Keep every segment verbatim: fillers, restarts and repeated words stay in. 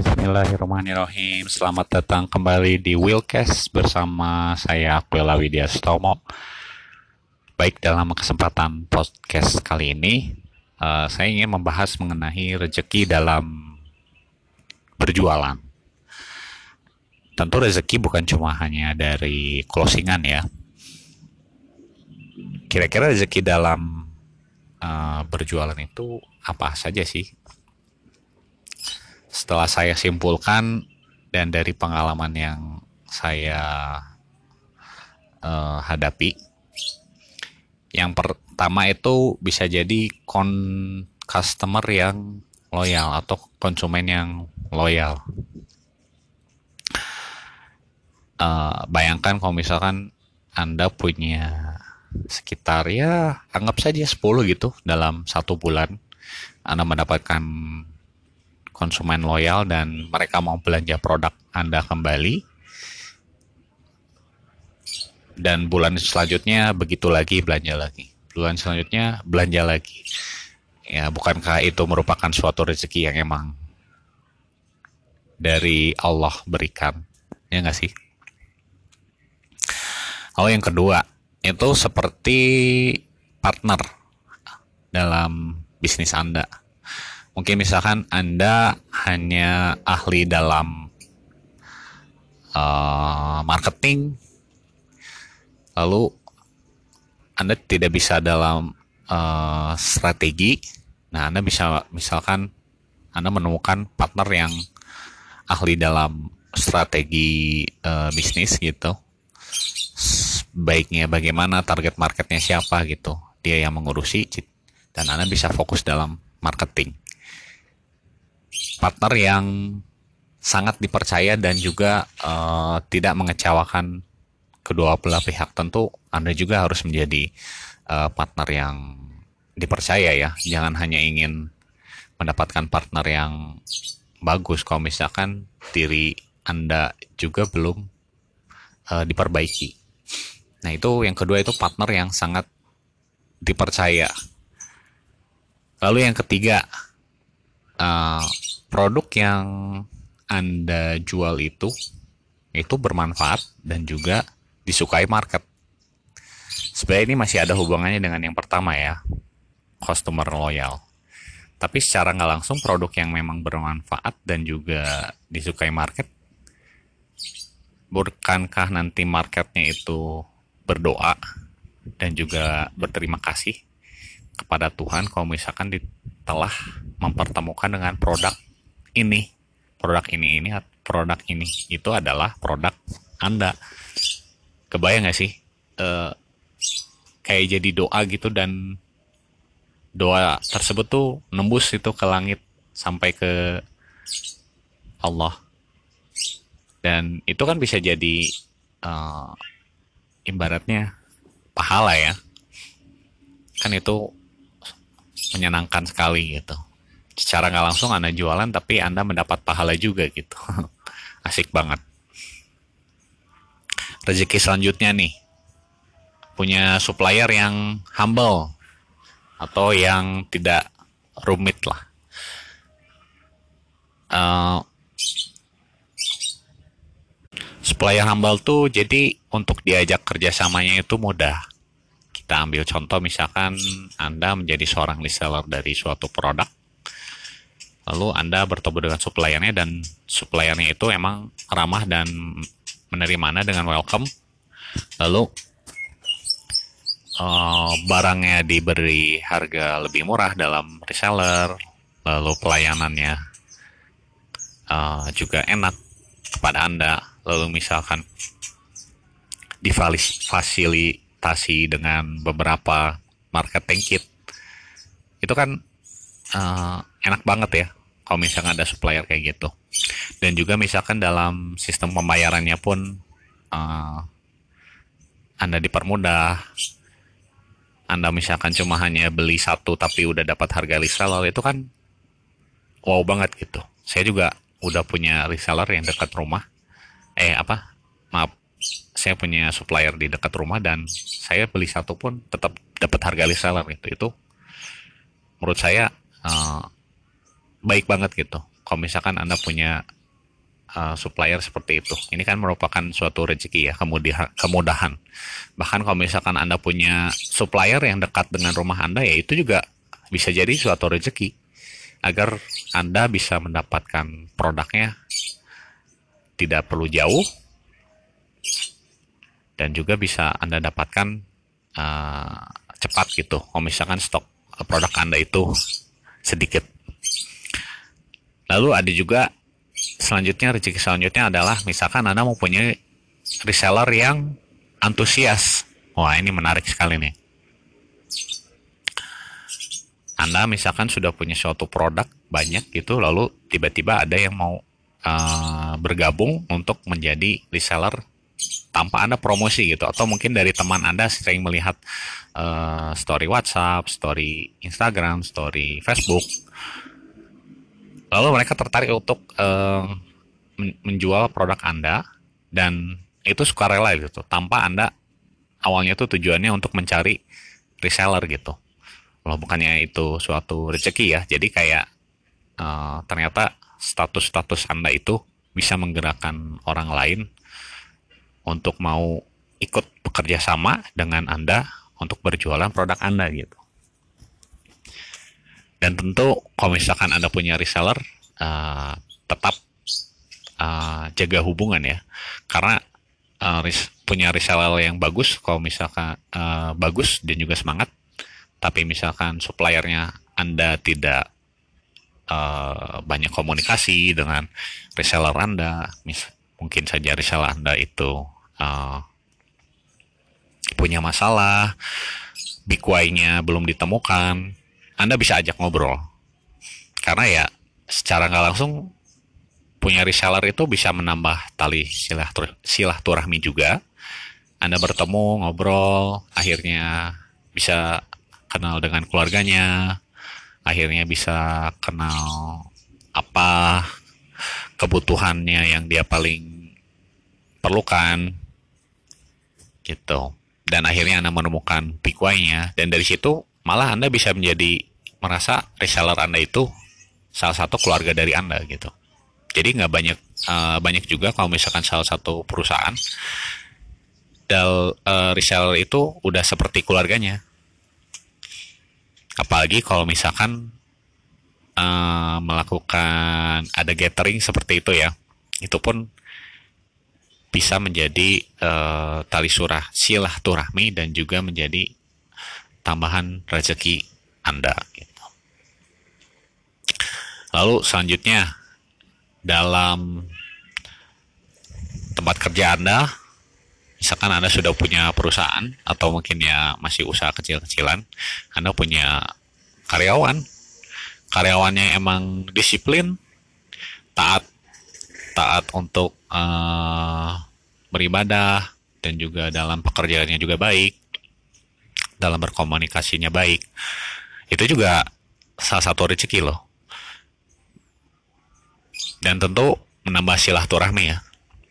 Bismillahirrahmanirrahim. Selamat datang kembali di Willcast bersama saya Aquila Widyastomo. Baik, dalam kesempatan podcast kali ini, uh, saya ingin membahas mengenai rezeki dalam berjualan. Tentu rezeki bukan cuma hanya dari closingan ya. Kira-kira rezeki dalam uh, berjualan itu apa saja sih? Setelah saya simpulkan dan dari pengalaman yang saya uh, hadapi, yang pertama itu bisa jadi kon customer yang loyal atau konsumen yang loyal. Uh, bayangkan kalau misalkan Anda punya sekitar ya anggap saja sepuluh gitu dalam satu bulan, Anda mendapatkan konsumen loyal dan mereka mau belanja produk Anda kembali, dan bulan selanjutnya begitu lagi, belanja lagi, bulan selanjutnya belanja lagi. Ya, bukankah itu merupakan suatu rezeki yang emang dari Allah berikan, ya nggak sih? Lalu yang kedua itu seperti partner dalam bisnis Anda. Mungkin misalkan Anda hanya ahli dalam uh, marketing, lalu Anda tidak bisa dalam uh, strategi. Nah, Anda bisa misalkan Anda menemukan partner yang ahli dalam strategi uh, bisnis gitu. Baiknya bagaimana, target marketnya siapa gitu. Dia yang mengurusi dan Anda bisa fokus dalam marketing. Partner yang sangat dipercaya dan juga uh, tidak mengecewakan kedua belah pihak. Tentu Anda juga harus menjadi uh, partner yang dipercaya ya. Jangan hanya ingin mendapatkan partner yang bagus kalau misalkan diri Anda juga belum uh, diperbaiki. Nah, itu yang kedua, itu partner yang sangat dipercaya. Lalu yang ketiga, uh, produk yang Anda jual itu itu bermanfaat dan juga disukai market. Sebenarnya ini masih ada hubungannya dengan yang pertama ya, customer loyal. Tapi secara nggak langsung produk yang memang bermanfaat dan juga disukai market, bukankah nanti marketnya itu berdoa dan juga berterima kasih kepada Tuhan kalau misalkan telah mempertemukan dengan produk ini, produk ini ini produk ini itu adalah produk Anda. Kebayang nggak sih? E, kayak jadi doa gitu, dan doa tersebut tuh nembus itu ke langit sampai ke Allah, dan itu kan bisa jadi uh, ibaratnya pahala ya, kan itu menyenangkan sekali gitu. Secara nggak langsung Anda jualan tapi Anda mendapat pahala juga gitu. Asik banget. Rezeki selanjutnya nih, punya supplier yang humble atau yang tidak rumit lah. Uh, supplier humble tuh jadi untuk diajak kerjasamanya itu mudah. Kita ambil contoh, misalkan Anda menjadi seorang reseller dari suatu produk, lalu Anda bertemu dengan suppliernya, dan suppliernya itu emang ramah dan menerima Anda dengan welcome. Lalu uh, barangnya diberi harga lebih murah dalam reseller, lalu pelayanannya uh, juga enak kepada Anda. Lalu misalkan difasilitasi dengan beberapa marketing kit, itu kan uh, enak banget ya kalau misalkan ada supplier kayak gitu. Dan juga misalkan dalam sistem pembayarannya pun uh, Anda dipermudah. Anda misalkan cuma hanya beli satu tapi udah dapat harga reseller, itu kan wow banget gitu. Saya juga udah punya reseller yang dekat rumah. Eh apa? Maaf, saya punya supplier di dekat rumah dan saya beli satu pun tetap dapat harga reseller gitu. Itu menurut saya uh, baik banget gitu. kalau misalkan Anda punya uh, supplier seperti itu. Ini kan merupakan suatu rezeki ya, kemudian kemudahan. Bahkan kalau misalkan Anda punya supplier yang dekat dengan rumah Anda, ya itu juga bisa jadi suatu rezeki agar Anda bisa mendapatkan produknya tidak perlu jauh dan juga bisa Anda dapatkan uh, cepat gitu. Kalau misalkan stok produk Anda itu sedikit. Lalu ada juga selanjutnya, rezeki selanjutnya adalah misalkan Anda mempunyai reseller yang antusias. Wah, ini menarik sekali nih. Anda misalkan sudah punya suatu produk banyak gitu, lalu tiba-tiba ada yang mau uh, bergabung untuk menjadi reseller tanpa Anda promosi gitu, atau mungkin dari teman Anda sering melihat uh, story WhatsApp, story Instagram, story Facebook, lalu mereka tertarik untuk uh, menjual produk Anda, dan itu sukarela gitu, tanpa Anda awalnya tuh tujuannya untuk mencari reseller gitu. Kalau bukannya itu suatu rezeki ya, jadi kayak uh, ternyata status-status Anda itu bisa menggerakkan orang lain untuk mau ikut bekerja sama dengan Anda untuk berjualan produk Anda gitu. Dan tentu kalau misalkan Anda punya reseller, uh, tetap uh, jaga hubungan ya, karena uh, res- punya reseller yang bagus, kalau misalkan uh, bagus dan juga semangat, tapi misalkan suppliernya Anda tidak uh, banyak komunikasi dengan reseller Anda, mis- mungkin saja reseller Anda itu uh, punya masalah, big why-nya belum ditemukan, Anda bisa ajak ngobrol. Karena ya secara nggak langsung punya reseller itu bisa menambah tali silatur- silaturahmi juga. Anda bertemu, ngobrol, akhirnya bisa kenal dengan keluarganya, akhirnya bisa kenal apa kebutuhannya yang dia paling perlukan gitu. Dan akhirnya Anda menemukan big why-nya, dan dari situ malah Anda bisa menjadi merasa reseller Anda itu salah satu keluarga dari Anda gitu. Jadi nggak banyak uh, banyak juga kalau misalkan salah satu perusahaan dal uh, reseller itu udah seperti keluarganya. Apalagi kalau misalkan uh, melakukan ada gathering seperti itu ya, itu pun bisa menjadi uh, tali surah silaturahmi dan juga menjadi tambahan rezeki Anda gitu. Lalu selanjutnya, dalam tempat kerja Anda, misalkan Anda sudah punya perusahaan atau mungkin ya masih usaha kecil-kecilan, Anda punya karyawan, karyawannya emang disiplin, taat, taat untuk uh, beribadah, dan juga dalam pekerjaannya juga baik, dalam berkomunikasinya baik, itu juga salah satu rezeki loh. Dan tentu menambah silaturahmi ya.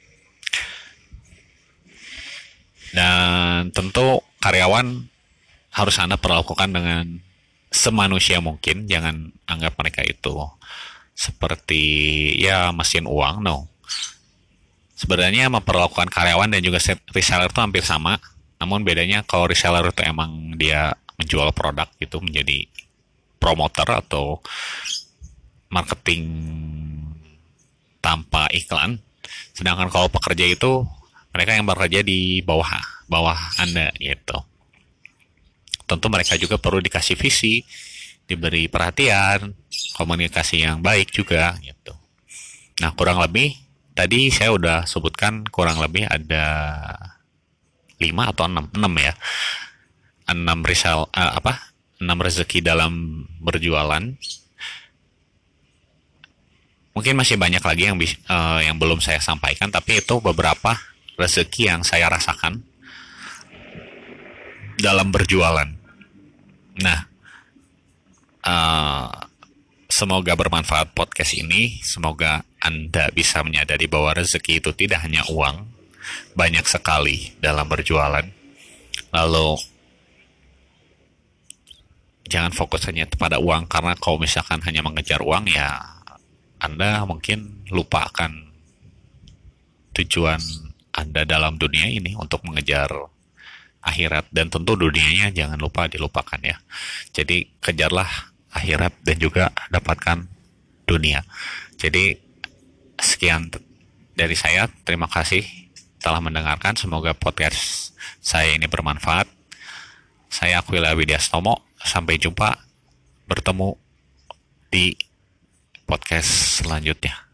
Dan tentu karyawan harus Anda perlakukan dengan semanusia mungkin. Jangan anggap mereka itu seperti ya mesin uang, no. Sebenarnya memperlakukan karyawan dan juga reseller itu hampir sama. Namun bedanya kalau reseller itu emang dia menjual produk gitu, menjadi promoter atau marketing tanpa iklan. Sedangkan kalau pekerja itu mereka yang bekerja di bawah bawah Anda gitu. Tentu mereka juga perlu dikasih visi, diberi perhatian, komunikasi yang baik juga gitu. Nah, kurang lebih tadi saya udah sebutkan kurang lebih ada lima atau enam, enam ya. Enam risal uh, apa? Enam rezeki dalam berjualan. Mungkin masih banyak lagi yang uh, yang belum saya sampaikan, tapi itu beberapa rezeki yang saya rasakan dalam berjualan. Nah, uh, semoga bermanfaat podcast ini. Semoga Anda bisa menyadari bahwa rezeki itu tidak hanya uang, banyak sekali dalam berjualan. Lalu jangan fokus hanya pada uang, karena kalau misalkan hanya mengejar uang ya Anda mungkin lupa akan tujuan Anda dalam dunia ini untuk mengejar akhirat, dan tentu dunianya jangan lupa dilupakan ya. Jadi kejarlah akhirat dan juga dapatkan dunia. Jadi sekian dari saya. Terima kasih telah mendengarkan. Semoga podcast saya ini bermanfaat. Saya Aquila Widyastomo. Sampai jumpa. Bertemu di podcast selanjutnya.